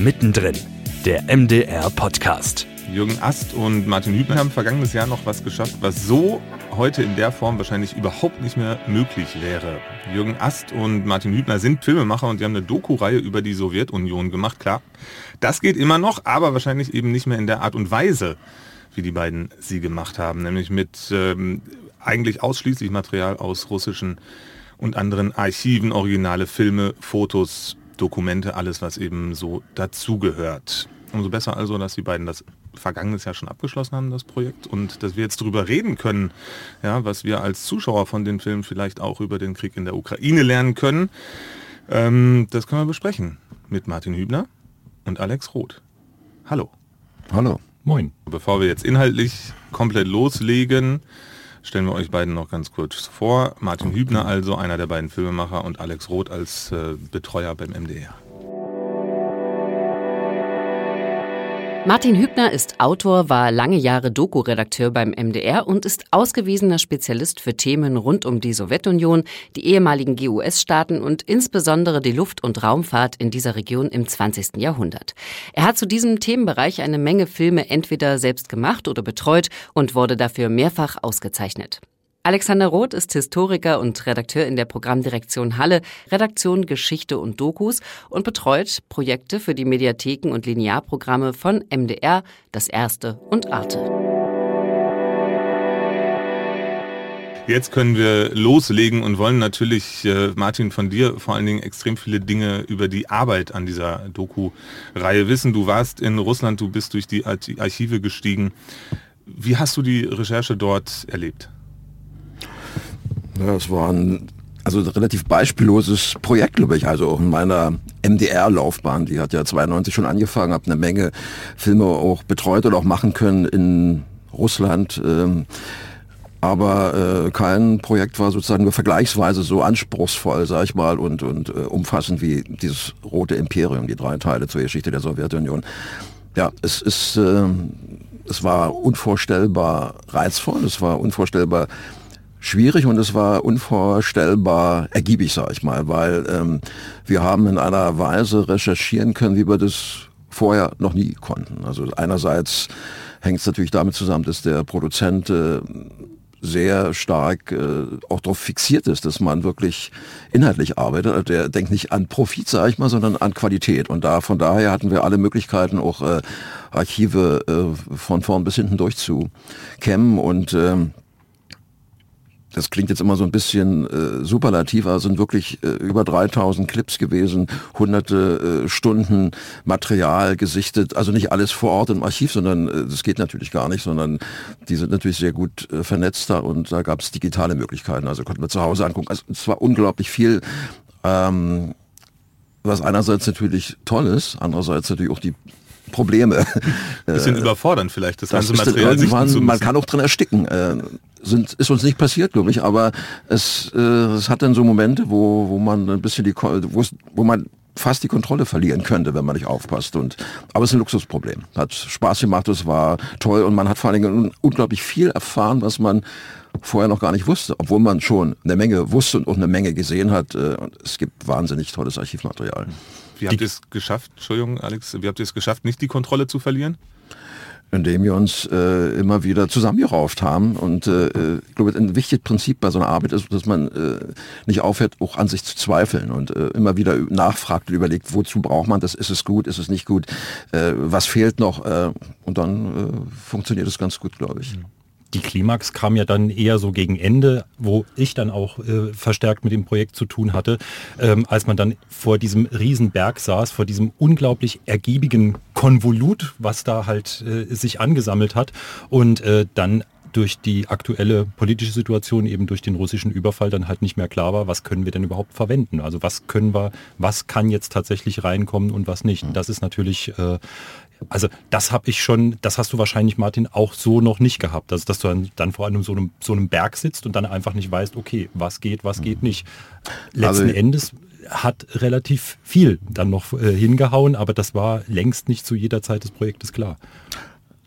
Mittendrin, der MDR-Podcast. Jürgen Ast und Martin Hübner haben vergangenes Jahr noch was geschafft, was so heute in der Form wahrscheinlich überhaupt nicht mehr möglich wäre. Jürgen Ast und Martin Hübner sind Filmemacher und die haben eine Doku-Reihe über die Sowjetunion gemacht, klar. Das geht immer noch, aber wahrscheinlich eben nicht mehr in der Art und Weise, wie die beiden sie gemacht haben, nämlich mit eigentlich ausschließlich Material aus russischen und anderen Archiven, originale Filme, Fotos, Dokumente, alles, was eben so dazugehört. Umso besser also, dass die beiden das vergangenes Jahr schon abgeschlossen haben, das Projekt, und dass wir jetzt darüber reden können, ja, was wir als Zuschauer von den Filmen vielleicht auch über den Krieg in der Ukraine lernen können. Das können wir besprechen mit Martin Hübner und Alex Roth. Hallo. Hallo. Moin. Bevor wir jetzt inhaltlich komplett loslegen, stellen wir euch beiden noch ganz kurz vor. Martin Hübner also, einer der beiden Filmemacher, und Alex Roth als Betreuer beim MDR. Martin Hübner ist Autor, war lange Jahre Doku-Redakteur beim MDR und ist ausgewiesener Spezialist für Themen rund um die Sowjetunion, die ehemaligen GUS-Staaten und insbesondere die Luft- und Raumfahrt in dieser Region im 20. Jahrhundert. Er hat zu diesem Themenbereich eine Menge Filme entweder selbst gemacht oder betreut und wurde dafür mehrfach ausgezeichnet. Alexander Roth ist Historiker und Redakteur in der Programmdirektion Halle, Redaktion Geschichte und Dokus, und betreut Projekte für die Mediatheken und Linearprogramme von MDR, Das Erste und Arte. Jetzt können wir loslegen und wollen natürlich, Martin, von dir vor allen Dingen extrem viele Dinge über die Arbeit an dieser Doku-Reihe wissen. Du warst in Russland, du bist durch die Archive gestiegen. Wie hast du die Recherche dort erlebt? Ja, es war ein relativ beispielloses Projekt, glaube ich. Also auch in meiner MDR-Laufbahn, die hat ja 92 schon angefangen, habe eine Menge Filme auch betreut oder auch machen können in Russland. Aber kein Projekt war sozusagen nur vergleichsweise so anspruchsvoll, sag ich mal, und umfassend wie dieses Rote Imperium, die 3 Teile zur Geschichte der Sowjetunion. Ja, es war unvorstellbar reizvoll, es war unvorstellbar schwierig und es war unvorstellbar ergiebig, sag ich mal, weil wir haben in einer Weise recherchieren können, wie wir das vorher noch nie konnten. Also einerseits hängt es natürlich damit zusammen, dass der Produzent sehr stark auch darauf fixiert ist, dass man wirklich inhaltlich arbeitet. Der denkt nicht an Profit, sage ich mal, sondern an Qualität. Und von daher hatten wir alle Möglichkeiten, auch Archive von vorn bis hinten durchzukämmen. Und das klingt jetzt immer so ein bisschen superlativ, aber es sind wirklich über 3000 Clips gewesen, hunderte Stunden Material gesichtet, also nicht alles vor Ort im Archiv, sondern das geht natürlich gar nicht, sondern die sind natürlich sehr gut vernetzt da, und da gab es digitale Möglichkeiten, also konnten wir zu Hause angucken. Also es war unglaublich viel, was einerseits natürlich toll ist, andererseits natürlich auch die Probleme. Bisschen überfordernd vielleicht, das ganze Material sichten zu müssen. Man kann auch drin ersticken. Ist uns nicht passiert, glaube ich, aber es hat dann so Momente, wo man ein bisschen wo man fast die Kontrolle verlieren könnte, wenn man nicht aufpasst. Aber es ist ein Luxusproblem. Hat Spaß gemacht, es war toll, und man hat vor allen Dingen unglaublich viel erfahren, was man vorher noch gar nicht wusste, obwohl man schon eine Menge wusste und auch eine Menge gesehen hat. Es gibt wahnsinnig tolles Archivmaterial. Wie habt ihr es geschafft, Entschuldigung, Alex, wie habt ihr es geschafft, nicht die Kontrolle zu verlieren? Indem wir uns immer wieder zusammengerauft haben. Und ich glaube, ein wichtiges Prinzip bei so einer Arbeit ist, dass man nicht aufhört, auch an sich zu zweifeln und immer wieder nachfragt und überlegt, wozu braucht man das, ist es gut, ist es nicht gut, was fehlt noch, und dann funktioniert es ganz gut, glaube ich. Die Klimax kam ja dann eher so gegen Ende, wo ich dann auch verstärkt mit dem Projekt zu tun hatte, als man dann vor diesem Riesenberg saß, vor diesem unglaublich ergiebigen Konvolut, was da halt sich angesammelt hat, und dann durch die aktuelle politische Situation, eben durch den russischen Überfall, dann halt nicht mehr klar war, was können wir denn überhaupt verwenden? Also was kann jetzt tatsächlich reinkommen und was nicht? Das ist natürlich also das hast du wahrscheinlich, Martin, auch so noch nicht gehabt. Also dass du dann vor allem so einem Berg sitzt und dann einfach nicht weißt, okay, was geht nicht. Letzten Endes hat relativ viel dann noch hingehauen, aber das war längst nicht zu jeder Zeit des Projektes klar.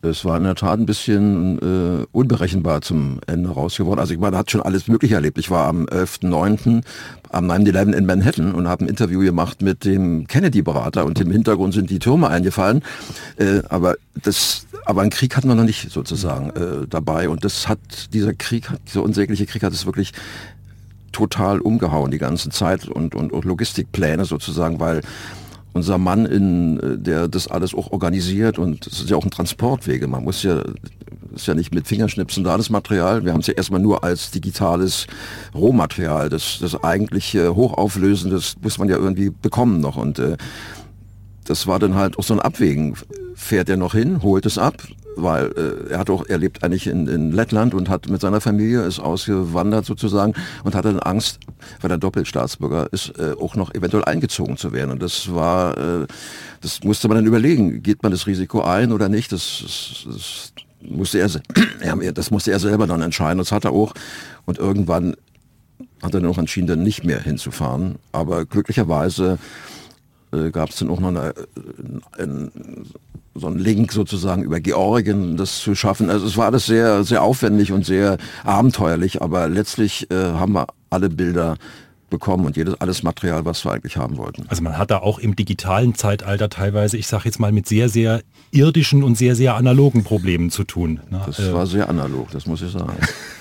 Es war in der Tat ein bisschen unberechenbar zum Ende raus geworden. Also ich meine, man hat schon alles Mögliche erlebt. Ich war am 11.9. am 9/11 in Manhattan und habe ein Interview gemacht mit dem Kennedy-Berater und im Hintergrund sind die Türme eingefallen. Aber einen Krieg hatten wir noch nicht sozusagen dabei. Und dieser unsägliche Krieg hat es wirklich total umgehauen die ganze Zeit und Logistikpläne sozusagen, weil unser Mann, der das alles auch organisiert, und es ist ja auch ein Transportwege, das ist ja nicht mit Fingerschnipsen da das Material, wir haben es ja erstmal nur als digitales Rohmaterial, das eigentliche Hochauflösen, das muss man ja irgendwie bekommen noch, und das war dann halt auch so ein Abwägen, fährt er noch hin, holt es ab, weil er lebt eigentlich in Lettland und hat mit seiner Familie, ist ausgewandert sozusagen und hatte dann Angst, weil er Doppelstaatsbürger ist, auch noch eventuell eingezogen zu werden. Und das musste man dann überlegen, geht man das Risiko ein oder nicht, das musste er selber dann entscheiden, das hat er auch. Und irgendwann hat er dann auch entschieden, dann nicht mehr hinzufahren. Aber glücklicherweise gab es dann auch noch so einen Link sozusagen über Georgien, das zu schaffen. Also es war alles sehr, sehr aufwendig und sehr abenteuerlich, aber letztlich haben wir alle Bilder bekommen und alles Material, was wir eigentlich haben wollten. Also man hat da auch im digitalen Zeitalter teilweise, ich sage jetzt mal, mit sehr, sehr irdischen und sehr, sehr analogen Problemen zu tun. Ne? Das war sehr analog, das muss ich sagen.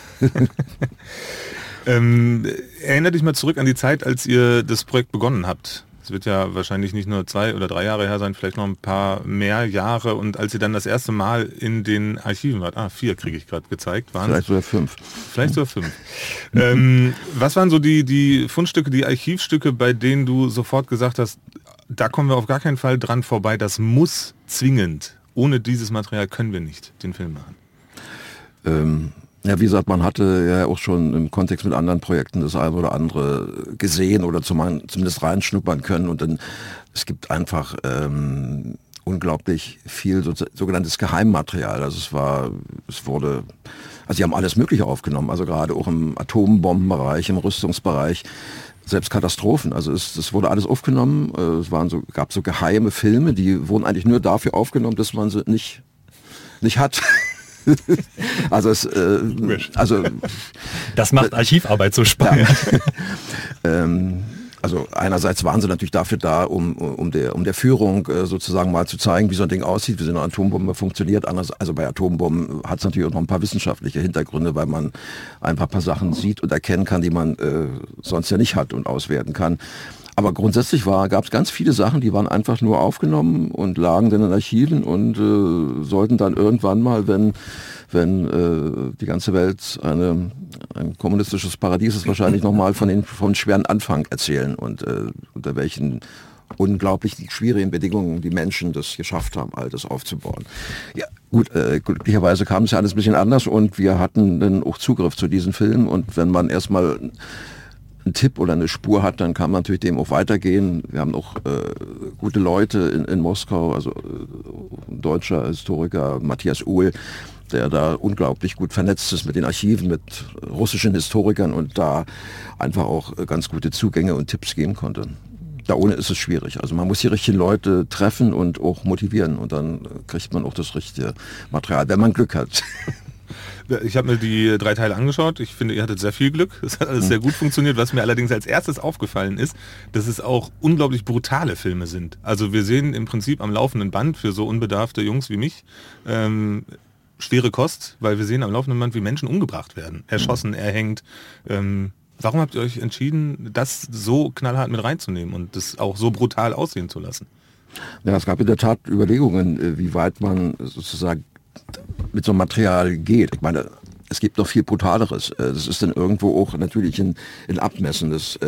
Erinnere dich mal zurück an die Zeit, als ihr das Projekt begonnen habt. Es wird ja wahrscheinlich nicht nur 2 oder 3 Jahre her sein, vielleicht noch ein paar mehr Jahre. Und als ihr dann das erste Mal in den Archiven wart, 4 kriege ich gerade gezeigt, waren vielleicht sogar 5. Vielleicht sogar 5. Was waren so die Fundstücke, die Archivstücke, bei denen du sofort gesagt hast, da kommen wir auf gar keinen Fall dran vorbei, das muss zwingend, ohne dieses Material können wir nicht den Film machen? Ja, wie gesagt, man hatte ja auch schon im Kontext mit anderen Projekten das eine oder andere gesehen oder zumindest reinschnuppern können, und dann es gibt einfach unglaublich viel sogenanntes Geheimmaterial. Also sie haben alles Mögliche aufgenommen, also gerade auch im Atombombenbereich, im Rüstungsbereich, selbst Katastrophen. Also es wurde alles aufgenommen. Gab so geheime Filme, die wurden eigentlich nur dafür aufgenommen, dass man sie nicht hat. Also das macht Archivarbeit so spannend. Ja. Also einerseits waren sie natürlich dafür da, um der Führung sozusagen mal zu zeigen, wie so ein Ding aussieht, wie so eine Atombombe funktioniert. Also bei Atombomben hat es natürlich auch noch ein paar wissenschaftliche Hintergründe, weil man einfach ein paar Sachen sieht und erkennen kann, die man sonst ja nicht hat und auswerten kann. Aber grundsätzlich gab es ganz viele Sachen, die waren einfach nur aufgenommen und lagen dann in Archiven und sollten dann irgendwann mal, wenn die ganze Welt ein kommunistisches Paradies ist, wahrscheinlich nochmal vom schweren Anfang erzählen und unter welchen unglaublich schwierigen Bedingungen die Menschen das geschafft haben, all das aufzubauen. Ja, gut, glücklicherweise kam es ja alles ein bisschen anders und wir hatten dann auch Zugriff zu diesen Filmen, und wenn man erstmal einen Tipp oder eine Spur hat, dann kann man natürlich dem auch weitergehen. Wir haben auch gute Leute in Moskau, also ein deutscher Historiker, Matthias Uhl, der da unglaublich gut vernetzt ist mit den Archiven, mit russischen Historikern und da einfach auch ganz gute Zugänge und Tipps geben konnte. Da ohne ist es schwierig. Also man muss die richtigen Leute treffen und auch motivieren, und dann kriegt man auch das richtige Material, wenn man Glück hat. Ich habe mir die 3 Teile angeschaut. Ich finde, ihr hattet sehr viel Glück. Es hat alles sehr gut funktioniert. Was mir allerdings als erstes aufgefallen ist, dass es auch unglaublich brutale Filme sind. Also wir sehen im Prinzip am laufenden Band für so unbedarfte Jungs wie mich schwere Kost, weil wir sehen am laufenden Band, wie Menschen umgebracht werden. Erschossen, erhängt. Warum habt ihr euch entschieden, das so knallhart mit reinzunehmen und das auch so brutal aussehen zu lassen? Ja, es gab in der Tat Überlegungen, wie weit man sozusagen mit so einem Material geht. Ich meine, es gibt noch viel Brutaleres. Das ist dann irgendwo auch natürlich ein Abmessen.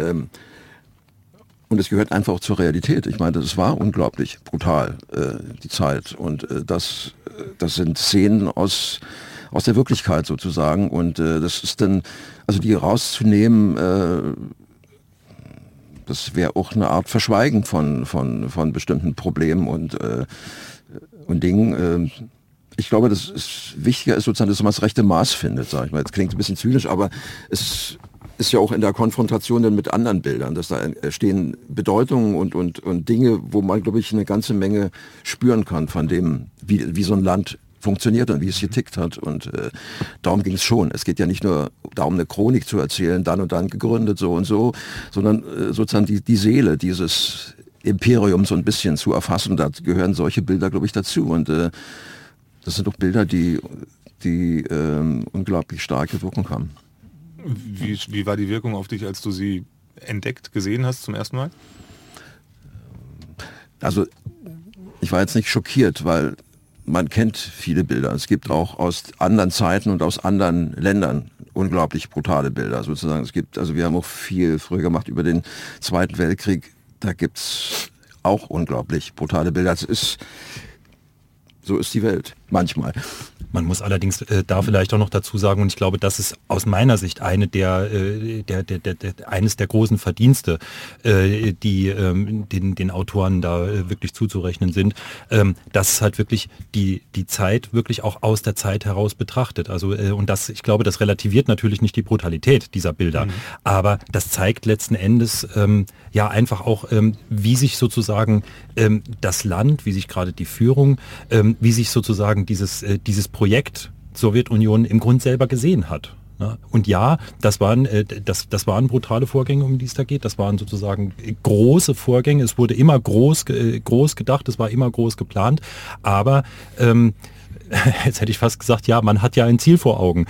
Und es gehört einfach auch zur Realität. Ich meine, das war unglaublich brutal, die Zeit. Und das sind Szenen aus der Wirklichkeit sozusagen. Und das ist dann, also die rauszunehmen, das wäre auch eine Art Verschweigen von bestimmten Problemen und Dingen. Ich glaube, das ist wichtiger ist sozusagen, dass man das rechte Maß findet, sag ich mal. Jetzt klingt ein bisschen zynisch, aber es ist ja auch in der Konfrontation dann mit anderen Bildern, dass da entstehen Bedeutungen und Dinge, wo man, glaube ich, eine ganze Menge spüren kann von dem, wie so ein Land funktioniert und wie es getickt hat. Und darum ging es schon. Es geht ja nicht nur darum, eine Chronik zu erzählen, dann und dann gegründet, so und so, sondern sozusagen die Seele dieses Imperium so ein bisschen zu erfassen. Da gehören solche Bilder, glaube ich, dazu. Und das sind doch Bilder, die unglaublich starke Wirkung haben. Wie war die Wirkung auf dich, als du sie gesehen hast zum ersten Mal? Also ich war jetzt nicht schockiert, weil man kennt viele Bilder. Es gibt auch aus anderen Zeiten und aus anderen Ländern unglaublich brutale Bilder. Sozusagen. Wir haben auch viel früher gemacht über den Zweiten Weltkrieg. Da gibt es auch unglaublich brutale Bilder. So ist die Welt manchmal. Man muss allerdings da vielleicht auch noch dazu sagen, und ich glaube, das ist aus meiner Sicht eines der großen Verdienste, die den Autoren da wirklich zuzurechnen sind, dass es halt wirklich die Zeit wirklich auch aus der Zeit heraus betrachtet. Also und das, ich glaube, das relativiert natürlich nicht die Brutalität dieser Bilder, aber das zeigt letzten Endes ja einfach auch, wie sich sozusagen das Land, wie sich gerade die Führung, wie sich sozusagen dieses Projekt Sowjetunion im Grunde selber gesehen hat. Und ja, das waren brutale Vorgänge, um die es da geht. Das waren sozusagen große Vorgänge. Es wurde immer groß gedacht, es war immer groß geplant. Aber jetzt hätte ich fast gesagt, ja, man hat ja ein Ziel vor Augen.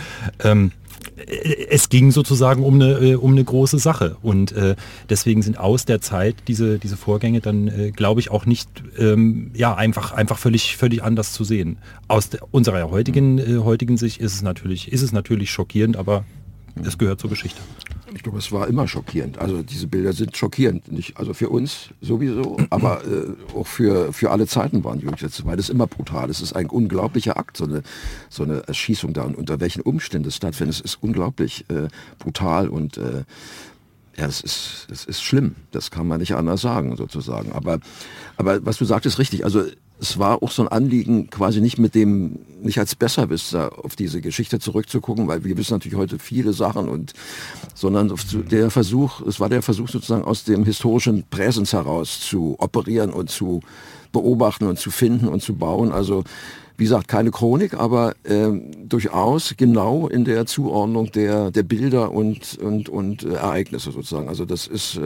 Es ging sozusagen um eine große Sache und deswegen sind aus der Zeit diese Vorgänge dann, glaube ich, auch nicht einfach völlig anders zu sehen. Aus unserer heutigen Sicht ist es natürlich schockierend, aber es gehört zur Geschichte. Ich glaube, es war immer schockierend. Also diese Bilder sind schockierend. Nicht, also für uns sowieso, aber auch für alle Zeiten waren die jetzt, weil das immer brutal ist. Es ist ein unglaublicher Akt, so eine Erschießung da und unter welchen Umständen es stattfindet. Es ist unglaublich brutal und es ist schlimm. Das kann man nicht anders sagen, sozusagen. Aber was du sagst, ist richtig. Also es war auch so ein Anliegen, quasi nicht als Besserwisser auf diese Geschichte zurückzugucken, weil wir wissen natürlich heute viele Sachen sondern es war der Versuch sozusagen aus dem historischen Präsens heraus zu operieren und zu beobachten und zu finden und zu bauen. Also wie gesagt, keine Chronik, aber durchaus genau in der Zuordnung der Bilder und Ereignisse sozusagen. Also das ist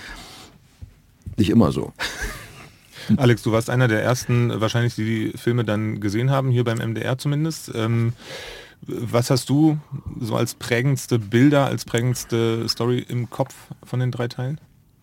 nicht immer so. Alex, du warst einer der ersten, wahrscheinlich, die Filme dann gesehen haben, hier beim MDR zumindest. Was hast du so als prägendste Bilder, als prägendste Story im Kopf von den 3 Teilen?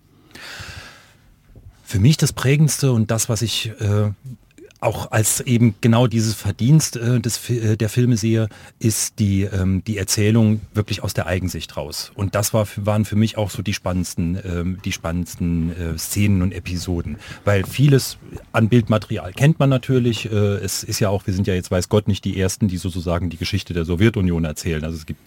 Für mich das prägendste und das, was ich auch als eben genau dieses Verdienst der Filme sehe, ist die Erzählung wirklich aus der Eigensicht raus. Und das waren für mich auch so die spannendsten Szenen und Episoden. Weil vieles an Bildmaterial kennt man natürlich. Es ist ja auch, wir sind ja jetzt weiß Gott nicht die Ersten, die sozusagen die Geschichte der Sowjetunion erzählen. Also es gibt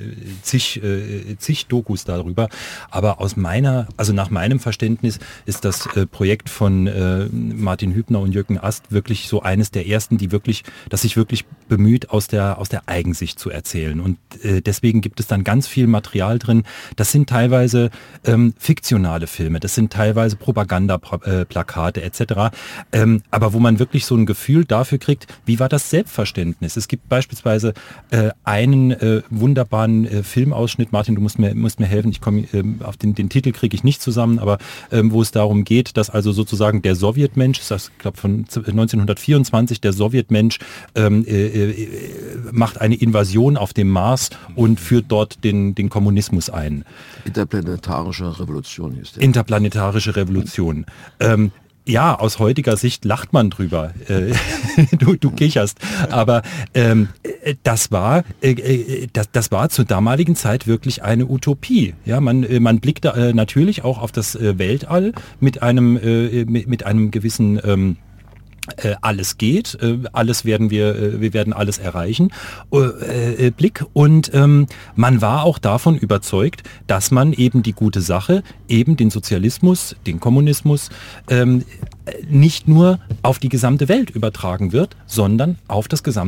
zig Dokus darüber. Aber nach meinem Verständnis ist das Projekt von Martin Hübner und Jürgen Ast wirklich so eines der ersten, das sich wirklich bemüht, aus der Eigensicht zu erzählen. Und deswegen gibt es dann ganz viel Material drin. Das sind teilweise fiktionale Filme, das sind teilweise Propagandaplakate etc. Aber wo man wirklich so ein Gefühl dafür kriegt, wie war das Selbstverständnis? Es gibt beispielsweise einen wunderbaren Filmausschnitt, Martin, du musst mir helfen, ich komme auf den Titel kriege ich nicht zusammen, aber wo es darum geht, dass also sozusagen der Sowjetmensch, das ich glaube von 1924, der Sowjetmensch macht eine Invasion auf dem Mars und führt dort den Kommunismus ein. Interplanetarische Revolution hieß der. Interplanetarische Revolution. Ja, aus heutiger Sicht lacht man drüber. Du kicherst. Aber das war zur damaligen Zeit wirklich eine Utopie. Ja, man blickte natürlich auch auf das Weltall mit einem gewissen alles geht, wir werden alles erreichen, Blick. Und man war auch davon überzeugt, dass man eben die gute Sache, eben den Sozialismus, den Kommunismus, nicht nur auf die gesamte Welt übertragen wird, sondern auf das gesamte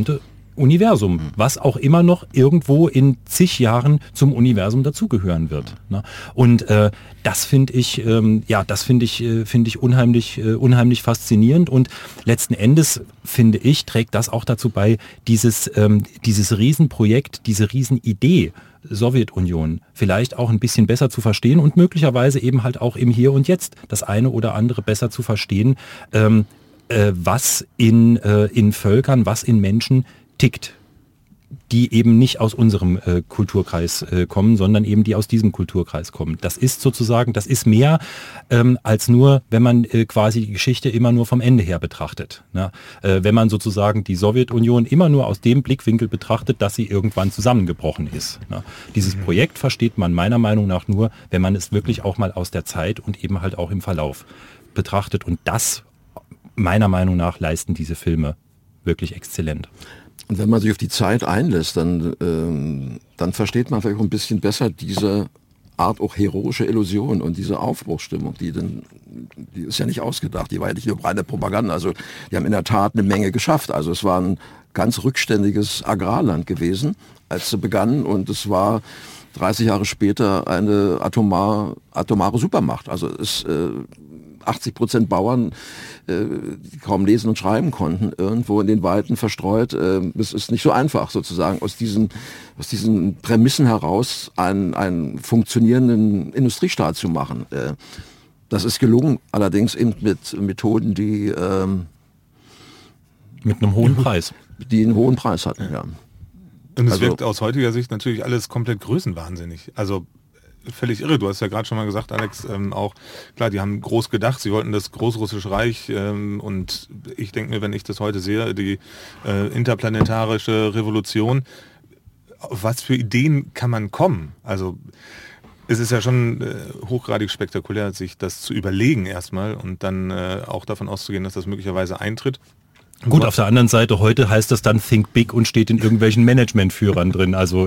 Universum, was auch immer noch irgendwo in zig Jahren zum Universum dazugehören wird. Ne? Und das finde ich, finde ich unheimlich faszinierend. Und letzten Endes finde ich, trägt das auch dazu bei, dieses Riesenprojekt, diese Riesenidee Sowjetunion vielleicht auch ein bisschen besser zu verstehen und möglicherweise eben halt auch im Hier und Jetzt das eine oder andere besser zu verstehen, was in Völkern, was in Menschen tickt, die eben nicht aus unserem Kulturkreis kommen, sondern eben die aus diesem Kulturkreis kommen. Das ist sozusagen, das ist mehr als nur, wenn man quasi die Geschichte immer nur vom Ende her betrachtet. Ne? Wenn man sozusagen die Sowjetunion immer nur aus dem Blickwinkel betrachtet, dass sie irgendwann zusammengebrochen ist. Ne? Dieses Projekt versteht man meiner Meinung nach nur, wenn man es wirklich auch mal aus der Zeit und eben halt auch im Verlauf betrachtet. Und das, meiner Meinung nach, leisten diese Filme wirklich exzellent. Und wenn man sich auf die Zeit einlässt, dann versteht man vielleicht auch ein bisschen besser diese Art auch heroische Illusion und diese Aufbruchsstimmung, die ist ja nicht ausgedacht, die war ja nicht nur reine Propaganda. Also die haben in der Tat eine Menge geschafft. Also es war ein ganz rückständiges Agrarland gewesen, als sie begannen, und es war 30 Jahre später eine atomare Supermacht. Also es 80% Bauern, die kaum lesen und schreiben konnten, irgendwo in den Weiten verstreut. Es ist nicht so einfach, sozusagen aus diesen Prämissen heraus einen funktionierenden Industriestaat zu machen. Das ist gelungen, allerdings eben mit Methoden, die mit einem hohen Preis. Die einen hohen Preis hatten, ja. Und es wirkt aus heutiger Sicht natürlich alles komplett größenwahnsinnig. Also völlig irre. Du hast ja gerade schon mal gesagt, Alex, auch klar, die haben groß gedacht, sie wollten das Großrussische Reich, und ich denke mir, wenn ich das heute sehe, die interplanetarische Revolution, auf was für Ideen kann man kommen? Also es ist ja schon hochgradig spektakulär, sich das zu überlegen erstmal und dann auch davon auszugehen, dass das möglicherweise eintritt. Gut, auf der anderen Seite, heute heißt das dann Think Big und steht in irgendwelchen Managementführern drin, also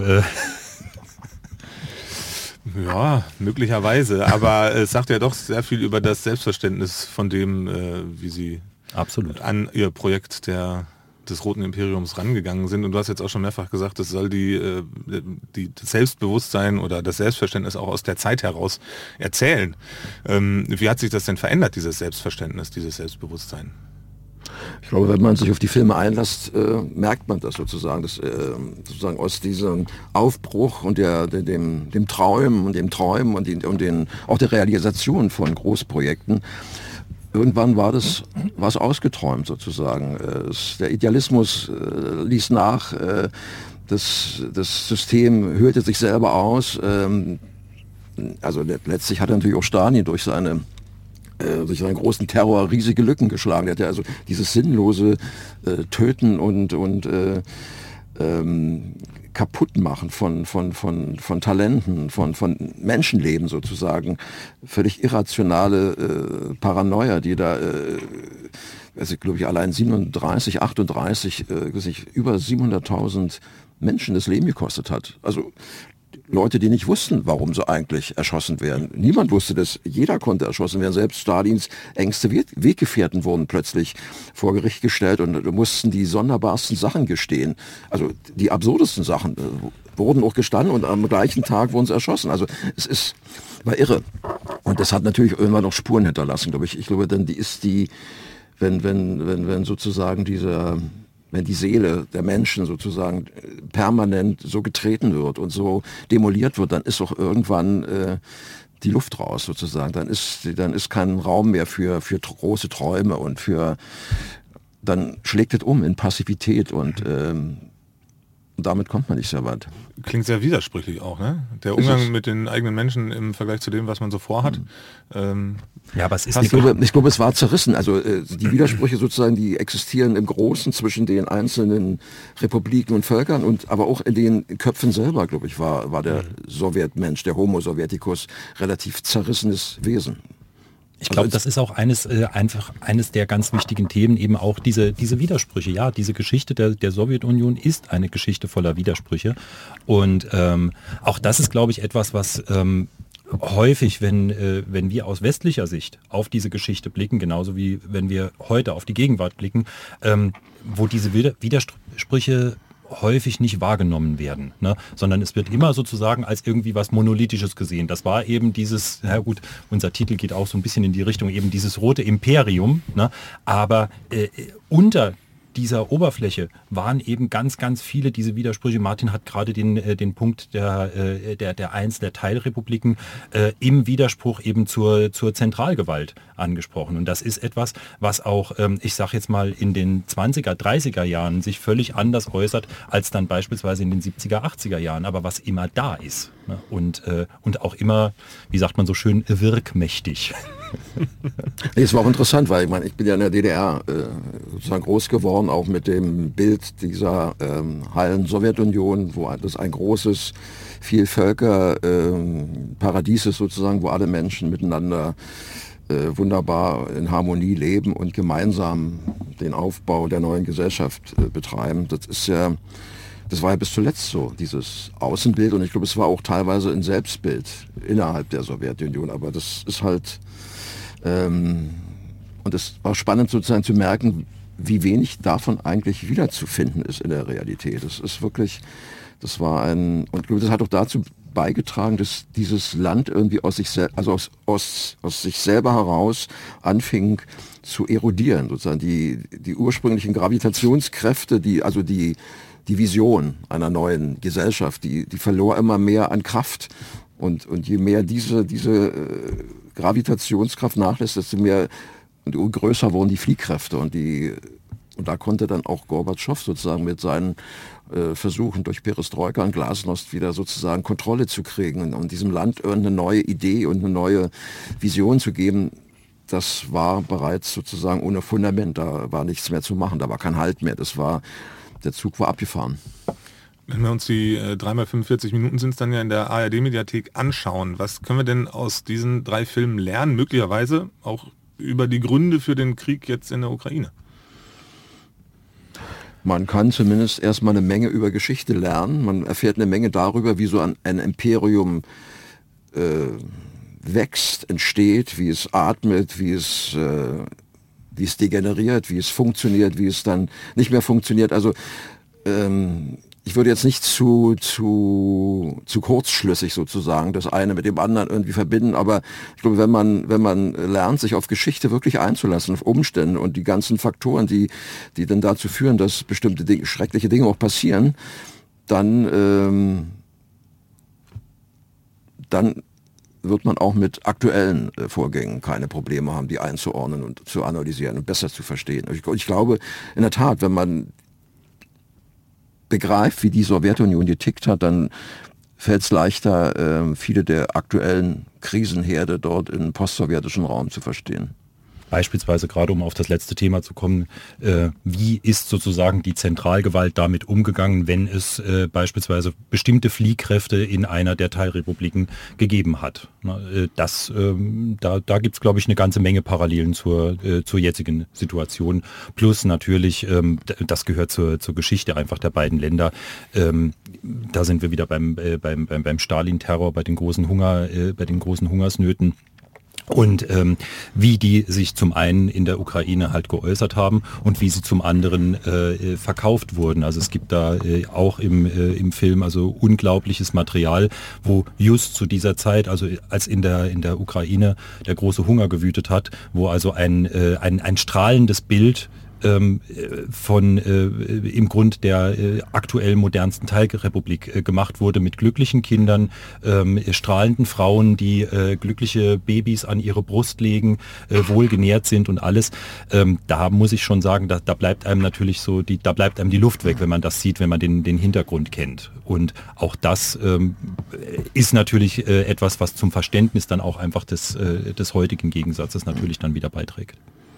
ja, möglicherweise, aber es sagt ja doch sehr viel über das Selbstverständnis von dem, wie sie absolut an ihr Projekt des Roten Imperiums rangegangen sind. Und du hast jetzt auch schon mehrfach gesagt, das soll das Selbstbewusstsein oder das Selbstverständnis auch aus der Zeit heraus erzählen. Wie hat sich das denn verändert, dieses Selbstverständnis, dieses Selbstbewusstsein? Ich glaube, wenn man sich auf die Filme einlässt, merkt man das sozusagen, dass sozusagen aus diesem Aufbruch und dem Träumen und auch der Realisation von Großprojekten, irgendwann war es ausgeträumt sozusagen. Der Idealismus ließ nach, das System hörte sich selber aus. Also letztlich hat natürlich auch Stalin durch seinen großen Terror riesige Lücken geschlagen. Er hat ja also dieses sinnlose Töten und Kaputtmachen von Talenten, von Menschenleben sozusagen, völlig irrationale Paranoia, die da, glaube ich, allein 37, 38, über 700.000 Menschen das Leben gekostet hat. Also Leute, die nicht wussten, warum sie eigentlich erschossen werden. Niemand wusste das. Jeder konnte erschossen werden. Selbst Stalins engste Weggefährten wurden plötzlich vor Gericht gestellt und mussten die sonderbarsten Sachen gestehen. Also die absurdesten Sachen wurden auch gestanden und am gleichen Tag wurden sie erschossen. Also war irre. Und das hat natürlich irgendwann noch Spuren hinterlassen, glaube ich. Ich glaube, dann wenn sozusagen wenn die Seele der Menschen sozusagen permanent so getreten wird und so demoliert wird, dann ist auch irgendwann die Luft raus sozusagen. Dann ist kein Raum mehr für große Träume und dann schlägt es um in Passivität und damit kommt man nicht sehr weit. Klingt sehr widersprüchlich auch, ne? Der Umgang mit den eigenen Menschen im Vergleich zu dem, was man so vorhat. Ja, aber es ist ich glaube, es war zerrissen. Also die Widersprüche sozusagen, die existieren im Großen zwischen den einzelnen Republiken und Völkern, aber auch in den Köpfen selber, glaube ich, war der Sowjetmensch, der Homo Sovieticus, relativ zerrissenes Wesen. Ich glaube, das ist auch eines der ganz wichtigen Themen, eben auch diese Widersprüche. Ja, diese Geschichte der Sowjetunion ist eine Geschichte voller Widersprüche. Und auch das ist, glaube ich, etwas, was häufig, wenn wir aus westlicher Sicht auf diese Geschichte blicken, genauso wie wenn wir heute auf die Gegenwart blicken, wo diese Widersprüche häufig nicht wahrgenommen werden, ne? Sondern es wird immer sozusagen als irgendwie was Monolithisches gesehen. Das war eben dieses, na gut, unser Titel geht auch so ein bisschen in die Richtung, eben dieses rote Imperium, ne? Aber unter dieser Oberfläche waren eben ganz, ganz viele diese Widersprüche. Martin hat gerade den Punkt der Teilrepubliken im Widerspruch eben zur Zentralgewalt angesprochen. Und das ist etwas, was auch, ich sage jetzt mal, in den 20er, 30er Jahren sich völlig anders äußert, als dann beispielsweise in den 70er, 80er Jahren, aber was immer da ist. Ne? Und auch immer, wie sagt man so schön, wirkmächtig. Nee, es war auch interessant, weil ich bin ja in der DDR sozusagen groß geworden, auch mit dem Bild dieser heilen Sowjetunion, wo das ein großes Vielvölker-Paradies ist sozusagen, wo alle Menschen miteinander wunderbar in Harmonie leben und gemeinsam den Aufbau der neuen Gesellschaft betreiben. Das war ja bis zuletzt so, dieses Außenbild, und ich glaube, es war auch teilweise ein Selbstbild innerhalb der Sowjetunion, aber das ist halt, und es war spannend sozusagen zu merken, wie wenig davon eigentlich wiederzufinden ist in der Realität. Und ich glaube, das hat auch dazu beigetragen, dass dieses Land irgendwie aus sich selber heraus anfing zu erodieren, sozusagen die ursprünglichen Gravitationskräfte, die Vision einer neuen Gesellschaft, die verlor immer mehr an Kraft. Und je mehr diese Gravitationskraft nachlässt, desto mehr und größer wurden die Fliehkräfte. Und da konnte dann auch Gorbatschow sozusagen mit seinen Versuchen durch Perestroika und Glasnost wieder sozusagen Kontrolle zu kriegen und diesem Land irgendeine neue Idee und eine neue Vision zu geben. Das war bereits sozusagen ohne Fundament. Da war nichts mehr zu machen. Da war kein Halt mehr. Der Zug war abgefahren. Wenn wir uns die 3x45 Minuten sind es dann ja in der ARD-Mediathek anschauen, was können wir denn aus diesen 3 Filmen lernen, möglicherweise auch über die Gründe für den Krieg jetzt in der Ukraine? Man kann zumindest erstmal eine Menge über Geschichte lernen. Man erfährt eine Menge darüber, wie so ein Imperium wächst, entsteht, wie es atmet, wie es degeneriert, wie es funktioniert, wie es dann nicht mehr funktioniert. Also ich würde jetzt nicht zu kurzschlüssig sozusagen das eine mit dem anderen irgendwie verbinden, aber ich glaube, wenn man lernt, sich auf Geschichte wirklich einzulassen, auf Umstände und die ganzen Faktoren, die dann dazu führen, dass bestimmte schreckliche Dinge auch passieren, dann wird man auch mit aktuellen Vorgängen keine Probleme haben, die einzuordnen und zu analysieren und besser zu verstehen. Ich glaube, in der Tat, wenn man begreift, wie die Sowjetunion getickt hat, dann fällt es leichter, viele der aktuellen Krisenherde dort im postsowjetischen Raum zu verstehen. Beispielsweise, gerade um auf das letzte Thema zu kommen, wie ist sozusagen die Zentralgewalt damit umgegangen, wenn es beispielsweise bestimmte Fliehkräfte in einer der Teilrepubliken gegeben hat. Da gibt es, glaube ich, eine ganze Menge Parallelen zur jetzigen Situation. Plus natürlich, das gehört zur Geschichte einfach der beiden Länder. Da sind wir wieder beim Stalin-Terror, bei den großen Hungersnöten. Und wie die sich zum einen in der Ukraine halt geäußert haben und wie sie zum anderen verkauft wurden. Also es gibt da auch im Film also unglaubliches Material, wo just zu dieser Zeit, also als in der Ukraine der große Hunger gewütet hat, wo also ein strahlendes Bild von im Grund der aktuell modernsten Teilrepublik gemacht wurde, mit glücklichen Kindern, strahlenden Frauen, die glückliche Babys an ihre Brust legen, wohlgenährt sind und alles. Da muss ich schon sagen, da bleibt einem natürlich da bleibt einem die Luft weg, wenn man das sieht, wenn man den Hintergrund kennt. Und auch das ist natürlich etwas, was zum Verständnis dann auch einfach des heutigen Gegensatzes natürlich dann wieder beiträgt.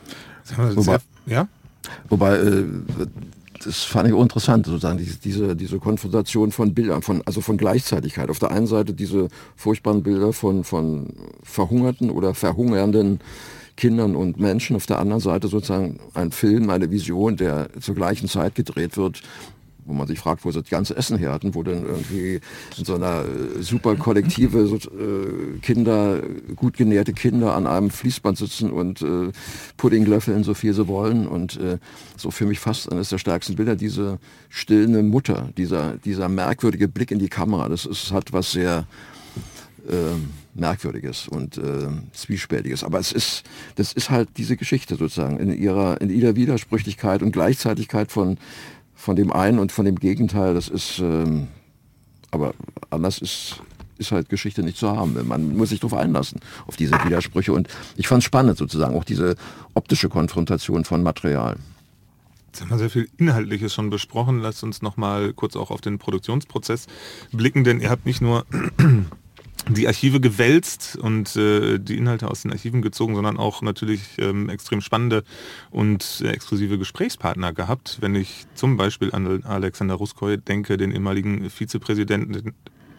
Wobei, das fand ich auch interessant, sozusagen, diese Konfrontation von Bildern, von Gleichzeitigkeit. Auf der einen Seite diese furchtbaren Bilder von verhungerten oder verhungernden Kindern und Menschen, auf der anderen Seite sozusagen ein Film, eine Vision, der zur gleichen Zeit gedreht wird, wo man sich fragt, wo sie das ganze Essen her hatten, wo dann irgendwie in so einer super Kollektive Kinder, gut genährte Kinder an einem Fließband sitzen und Pudding löffeln, so viel sie wollen. Und so für mich fast eines der stärksten Bilder, diese stillende Mutter, dieser merkwürdige Blick in die Kamera. Das hat was sehr Merkwürdiges und Zwiespältiges. Aber das ist halt diese Geschichte sozusagen in ihrer Widersprüchlichkeit und Gleichzeitigkeit von dem einen und von dem Gegenteil. Das ist, aber anders ist halt Geschichte nicht zu haben. Man muss sich darauf einlassen, auf diese Widersprüche. Und ich fand es spannend sozusagen, auch diese optische Konfrontation von Material. Jetzt haben wir sehr viel Inhaltliches schon besprochen. Lasst uns noch mal kurz auch auf den Produktionsprozess blicken, denn ihr habt nicht nur die Archive gewälzt und die Inhalte aus den Archiven gezogen, sondern auch natürlich extrem spannende und exklusive Gesprächspartner gehabt. Wenn ich zum Beispiel an Alexander Ruskoy denke, den ehemaligen Vizepräsidenten,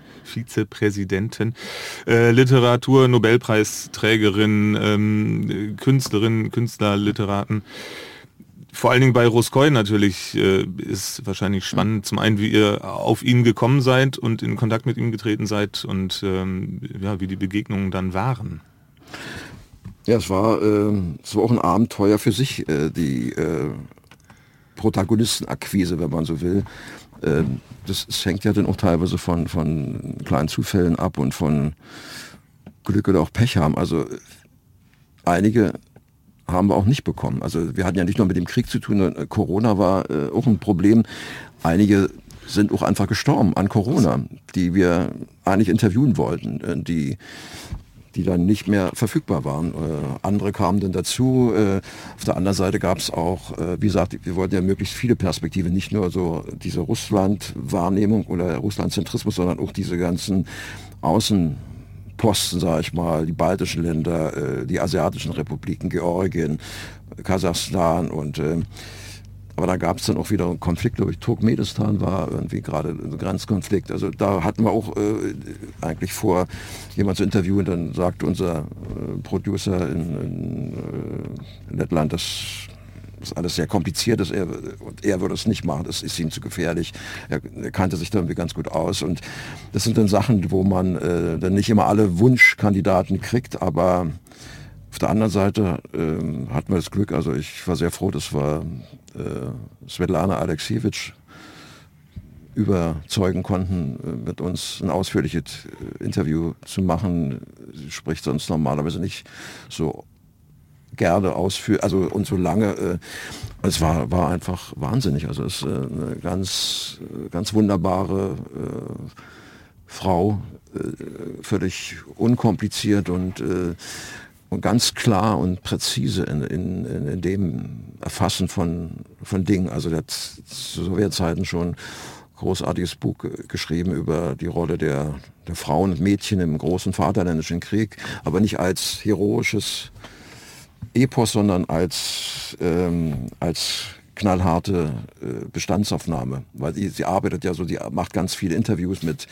Literatur-Nobelpreisträgerin, Künstler, Literaten. Vor allen Dingen bei Ruskoy natürlich ist wahrscheinlich spannend, zum einen, wie ihr auf ihn gekommen seid und in Kontakt mit ihm getreten seid und wie die Begegnungen dann waren. Ja, es war auch ein Abenteuer für sich, die Protagonistenakquise, wenn man so will. Das hängt ja dann auch teilweise von kleinen Zufällen ab und von Glück oder auch Pech haben. Also einige haben wir auch nicht bekommen. Also wir hatten ja nicht nur mit dem Krieg zu tun, Corona war auch ein Problem. Einige sind auch einfach gestorben an Corona, die wir eigentlich interviewen wollten, die dann nicht mehr verfügbar waren. Andere kamen dann dazu. Auf der anderen Seite gab es auch, wie gesagt, wir wollten ja möglichst viele Perspektiven, nicht nur so diese Russland-Wahrnehmung oder Russland-Zentrismus, sondern auch diese ganzen Außenposten, sage ich mal, die baltischen Länder, die asiatischen Republiken, Georgien, Kasachstan und aber da gab es dann auch wieder einen Konflikt, glaube ich, Turkmenistan war irgendwie gerade ein Grenzkonflikt. Also da hatten wir auch eigentlich vor, jemanden zu interviewen. Dann sagte unser Producer in Lettland, das ist alles sehr kompliziert ist. Er würde es nicht machen, das ist ihm zu gefährlich. Er kannte sich da irgendwie ganz gut aus. Und das sind dann Sachen, wo man dann nicht immer alle Wunschkandidaten kriegt, aber auf der anderen Seite hatten wir das Glück, also ich war sehr froh, dass wir Svetlana Alexievich überzeugen konnten, mit uns ein ausführliches Interview zu machen. Sie spricht sonst normalerweise nicht so gerne ausführlich, also und so lange. Es war einfach wahnsinnig. Also es ist eine ganz wunderbare Frau, völlig unkompliziert und ganz klar und präzise in dem Erfassen von Dingen. Also der hat zu Sowjetzeiten schon ein großartiges Buch geschrieben über die Rolle der Frauen und Mädchen im großen Vaterländischen Krieg, aber nicht als heroisches Epos, sondern als knallharte Bestandsaufnahme, weil sie arbeitet ja so, die macht ganz viele Interviews mit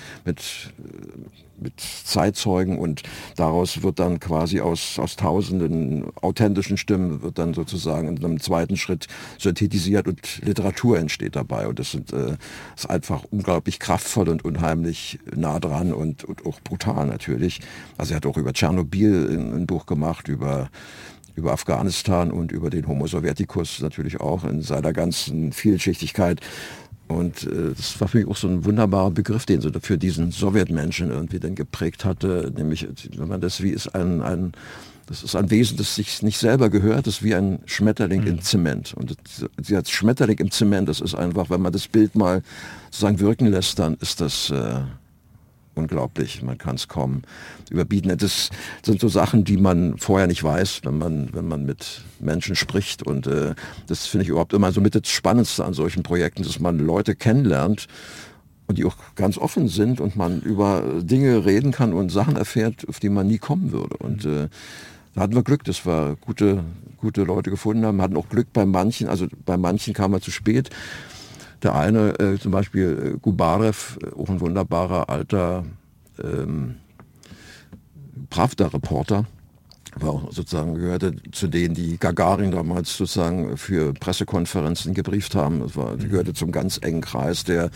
Zeitzeugen und daraus wird dann quasi aus tausenden authentischen Stimmen wird dann sozusagen in einem zweiten Schritt synthetisiert und Literatur entsteht dabei und das ist einfach unglaublich kraftvoll und unheimlich nah dran und auch brutal natürlich. Also er hat auch über Tschernobyl ein Buch gemacht, über Afghanistan und über den Homo Sovieticus natürlich auch in seiner ganzen Vielschichtigkeit. Und das war für mich auch so ein wunderbarer Begriff, den sie für diesen Sowjetmenschen irgendwie dann geprägt hatte, nämlich, wenn man das das ist ein Wesen, das sich nicht selber gehört, das ist wie ein Schmetterling im Zement. Und sie als Schmetterling im Zement, das ist einfach, wenn man das Bild mal sozusagen wirken lässt, dann ist das unglaublich, man kann es kaum überbieten. Das sind so Sachen, die man vorher nicht weiß, wenn man mit Menschen spricht. Und das finde ich überhaupt immer so mit das Spannendste an solchen Projekten, dass man Leute kennenlernt und die auch ganz offen sind und man über Dinge reden kann und Sachen erfährt, auf die man nie kommen würde. Und da hatten wir Glück, dass wir gute Leute gefunden haben. Wir hatten auch Glück bei manchen, also bei manchen kam er zu spät. Der eine, zum Beispiel Gubarev, auch ein wunderbarer alter Pravda-Reporter, war auch sozusagen, gehörte zu denen, die Gagarin damals sozusagen für Pressekonferenzen gebrieft haben. Gehörte zum ganz engen Kreis der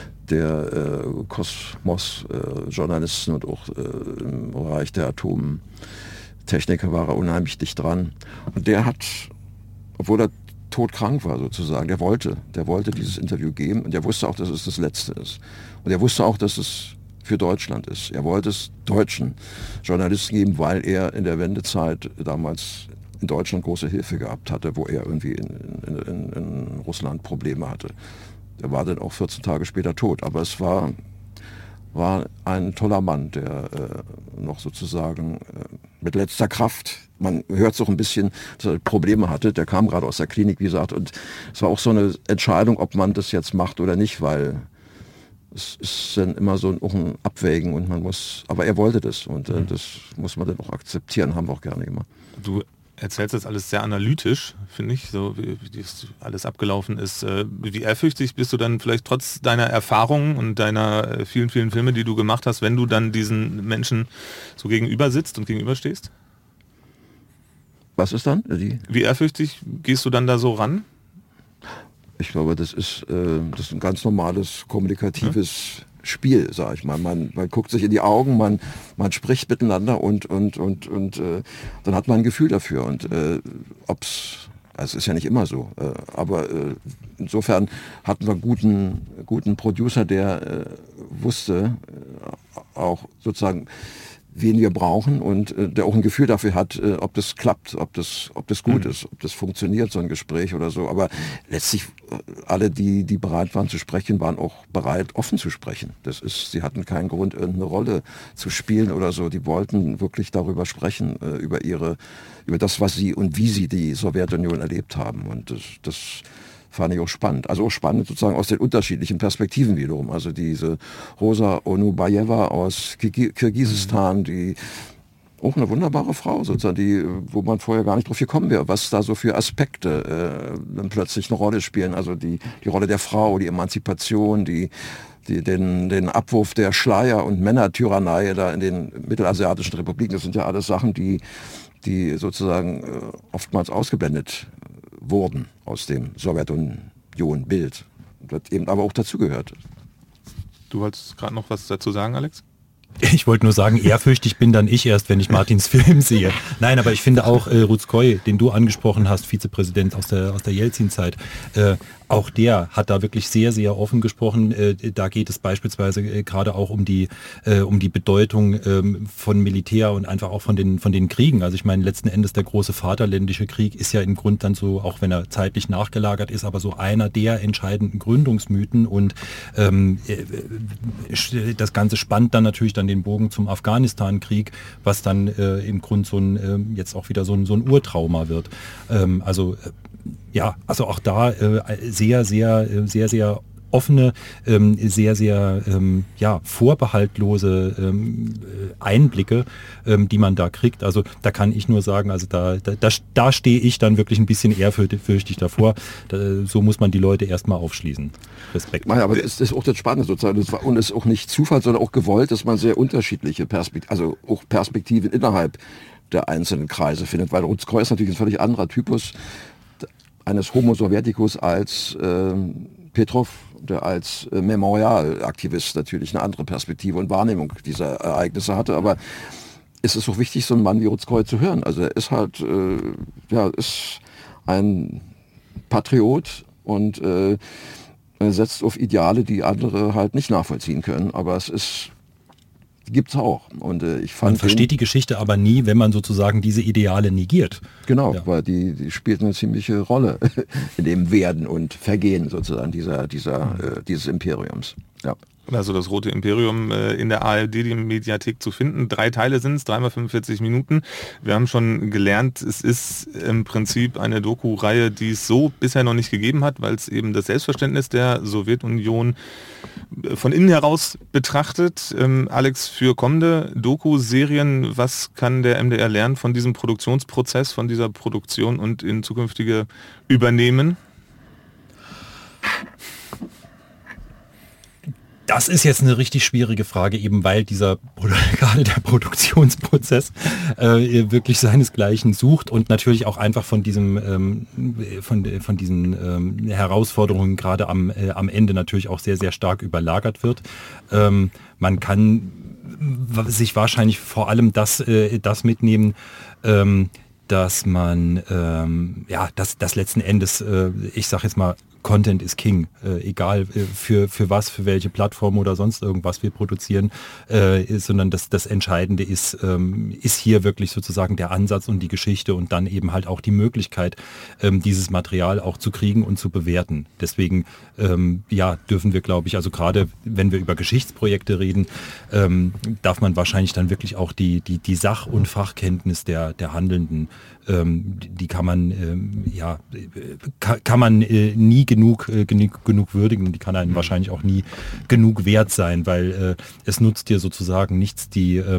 Kosmos-Journalisten und auch im Bereich der Atomtechniker war er unheimlich dicht dran. Und der hat, obwohl er todkrank war sozusagen, der wollte dieses Interview geben und er wusste auch, dass es das letzte ist. Und er wusste auch, dass es für Deutschland ist. Er wollte es deutschen Journalisten geben, weil er in der Wendezeit damals in Deutschland große Hilfe gehabt hatte, wo er irgendwie in Russland Probleme hatte. Er war dann auch 14 Tage später tot. Aber es war ein toller Mann, der noch sozusagen mit letzter Kraft, man hört es auch ein bisschen, dass er Probleme hatte. Der kam gerade aus der Klinik, wie gesagt. Und es war auch so eine Entscheidung, ob man das jetzt macht oder nicht, weil es ist dann immer so auch ein Abwägen und aber er wollte das und das muss man dann auch akzeptieren, haben wir auch gerne gemacht. Du erzählst das alles sehr analytisch, finde ich, so wie das alles abgelaufen ist. Wie ehrfürchtig bist du dann vielleicht trotz deiner Erfahrungen und deiner vielen, vielen Filme, die du gemacht hast, wenn du dann diesen Menschen so gegenüber sitzt und gegenüberstehst? Was ist dann? Wie ehrfürchtig gehst du dann da so ran? Ich glaube, das ist ein ganz normales kommunikatives Spiel, sage ich mal. Man guckt sich in die Augen, man spricht miteinander und dann hat man ein Gefühl dafür. Und also es ist ja nicht immer so, aber insofern hatten wir einen guten Producer, der wusste auch sozusagen, wen wir brauchen und der auch ein Gefühl dafür hat, ob das klappt, ob das gut ist, ob das funktioniert, so ein Gespräch oder so. Aber letztlich alle, die bereit waren zu sprechen, waren auch bereit, offen zu sprechen. Sie hatten keinen Grund, irgendeine Rolle zu spielen oder so. Die wollten wirklich darüber sprechen, über das, was sie und wie sie die Sowjetunion erlebt haben. Und das fand ich auch spannend. Also auch spannend sozusagen aus den unterschiedlichen Perspektiven wiederum. Also diese Rosa Onubayeva aus Kirgisistan, die auch eine wunderbare Frau sozusagen, wo man vorher gar nicht drauf gekommen wäre, was da so für Aspekte dann plötzlich eine Rolle spielen. Also die Rolle der Frau, die Emanzipation, den Abwurf der Schleier und Männertyrannei da in den mittelasiatischen Republiken. Das sind ja alles Sachen, die sozusagen oftmals ausgeblendet wurden aus dem Sowjetunion-Bild. Das eben aber auch dazugehört. Du wolltest gerade noch was dazu sagen, Alex? Ich wollte nur sagen, ehrfürchtig bin dann ich erst, wenn ich Martins Film sehe. Nein, aber ich finde auch Rutskoy, den du angesprochen hast, Vizepräsident aus der Jelzin-Zeit, auch der hat da wirklich sehr, sehr offen gesprochen. Da geht es beispielsweise gerade auch um die Bedeutung von Militär und einfach auch von den Kriegen. Also ich meine, letzten Endes der große Vaterländische Krieg ist ja im Grund dann so, auch wenn er zeitlich nachgelagert ist, aber so einer der entscheidenden Gründungsmythen und das Ganze spannt dann natürlich dann den Bogen zum Afghanistan-Krieg, was dann im Grund so ein jetzt auch wieder so ein Urtrauma wird. Also auch da sehr, sehr, sehr, sehr offene, sehr, sehr vorbehaltlose Einblicke, die man da kriegt. Also da kann ich nur sagen, also da stehe ich dann wirklich ein bisschen ehrfürchtig davor. So muss man die Leute erstmal aufschließen. Respekt. Nein, aber das ist auch das Spannende sozusagen. Und es ist auch nicht Zufall, sondern auch gewollt, dass man sehr unterschiedliche Perspektiven innerhalb der einzelnen Kreise findet. Weil Rutskoy ist natürlich ein völlig anderer Typus eines Homo Sovieticus als Petrov, der als Memorialaktivist natürlich eine andere Perspektive und Wahrnehmung dieser Ereignisse hatte. Aber es ist auch wichtig, so einen Mann wie Rutskoy zu hören. Also er ist halt ist ein Patriot und setzt auf Ideale, die andere halt nicht nachvollziehen können. Aber gibt's auch. Und man versteht die Geschichte aber nie, wenn man sozusagen diese Ideale negiert. Genau, weil die spielt eine ziemliche Rolle in dem Werden und Vergehen sozusagen dieses Imperiums. Ja. Also das Rote Imperium in der ARD, die Mediathek zu finden. 3 Teile sind es, 3x45 Minuten. Wir haben schon gelernt, es ist im Prinzip eine Doku-Reihe, die es so bisher noch nicht gegeben hat, weil es eben das Selbstverständnis der Sowjetunion von innen heraus betrachtet. Alex, für kommende Doku-Serien, was kann der MDR lernen von diesem Produktionsprozess, von dieser Produktion und in zukünftige übernehmen? Das ist jetzt eine richtig schwierige Frage, eben weil gerade der Produktionsprozess wirklich seinesgleichen sucht und natürlich auch einfach von diesen Herausforderungen gerade am Ende natürlich auch sehr, sehr stark überlagert wird. Man kann sich wahrscheinlich vor allem das mitnehmen, dass man, dass letzten Endes, ich sage jetzt mal, Content is King, egal für welche Plattform oder sonst irgendwas wir produzieren, sondern das Entscheidende ist hier wirklich sozusagen der Ansatz und die Geschichte und dann eben halt auch die Möglichkeit, dieses Material auch zu kriegen und zu bewerten. Deswegen dürfen wir, glaube ich, also gerade wenn wir über Geschichtsprojekte reden, darf man wahrscheinlich dann wirklich auch die Sach- und Fachkenntnis der Handelnden, die kann man nie genug würdigen und die kann einem wahrscheinlich auch nie genug wert sein, weil es nutzt dir sozusagen nichts, der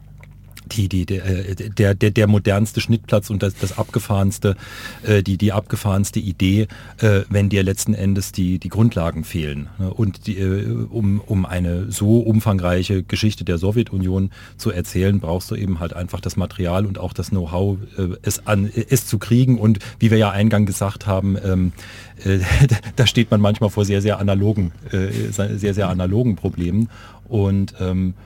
modernste Schnittplatz und das abgefahrenste, die abgefahrenste Idee, wenn dir letzten Endes die Grundlagen fehlen. Und um eine so umfangreiche Geschichte der Sowjetunion zu erzählen, brauchst du eben halt einfach das Material und auch das Know-how, es zu kriegen. Und wie wir ja eingangs gesagt haben, da steht man manchmal vor sehr, sehr analogen Problemen. Und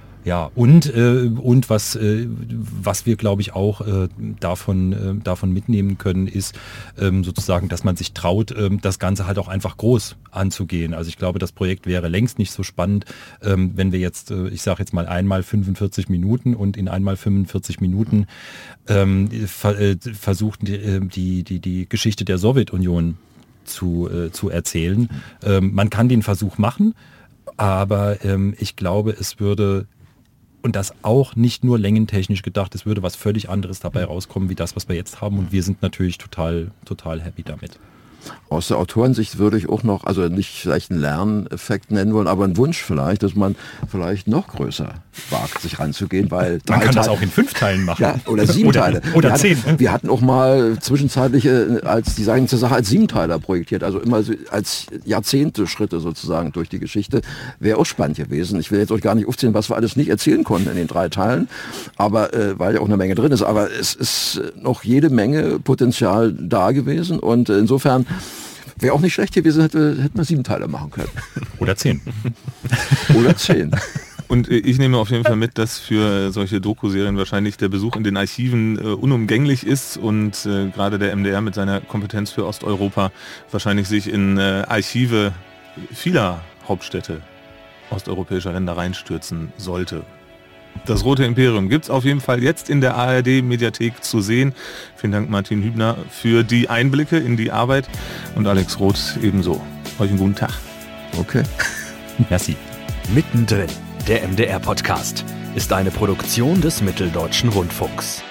was wir, glaube ich, auch davon mitnehmen können, ist sozusagen, dass man sich traut, das Ganze halt auch einfach groß anzugehen. Also ich glaube, das Projekt wäre längst nicht so spannend, wenn wir jetzt, ich sage jetzt mal einmal 45 Minuten und in einmal 45 Minuten versuchten, die Geschichte der Sowjetunion zu erzählen. Man kann den Versuch machen, aber ich glaube, es würde, und das auch nicht nur längentechnisch gedacht, es würde was völlig anderes dabei rauskommen, wie das, was wir jetzt haben. Und wir sind natürlich total happy damit. Aus der Autorensicht würde ich auch noch, also nicht vielleicht einen Lerneffekt nennen wollen, aber einen Wunsch vielleicht, dass man vielleicht noch größer wagt, sich ranzugehen, weil man kann das auch in 5 Teilen machen. Ja, oder 7 Teile. Oder 10. Wir hatten auch mal zwischenzeitlich als Design zur Sache als 7-Teiler projektiert, also immer so als Jahrzehnte-Schritte sozusagen durch die Geschichte. Wäre auch spannend gewesen. Ich will jetzt euch gar nicht aufzählen, was wir alles nicht erzählen konnten in den 3 Teilen, aber weil ja auch eine Menge drin ist. Aber es ist noch jede Menge Potenzial da gewesen und insofern wäre auch nicht schlecht gewesen, hätten wir 7 Teile machen können. Oder 10. Oder 10. Und ich nehme auf jeden Fall mit, dass für solche Doku-Serien wahrscheinlich der Besuch in den Archiven unumgänglich ist und gerade der MDR mit seiner Kompetenz für Osteuropa wahrscheinlich sich in Archive vieler Hauptstädte osteuropäischer Länder reinstürzen sollte. Das Rote Imperium gibt es auf jeden Fall jetzt in der ARD-Mediathek zu sehen. Vielen Dank, Martin Hübner, für die Einblicke in die Arbeit und Alex Roth ebenso. Euch einen guten Tag. Okay. Merci. Mittendrin, der MDR-Podcast, ist eine Produktion des Mitteldeutschen Rundfunks.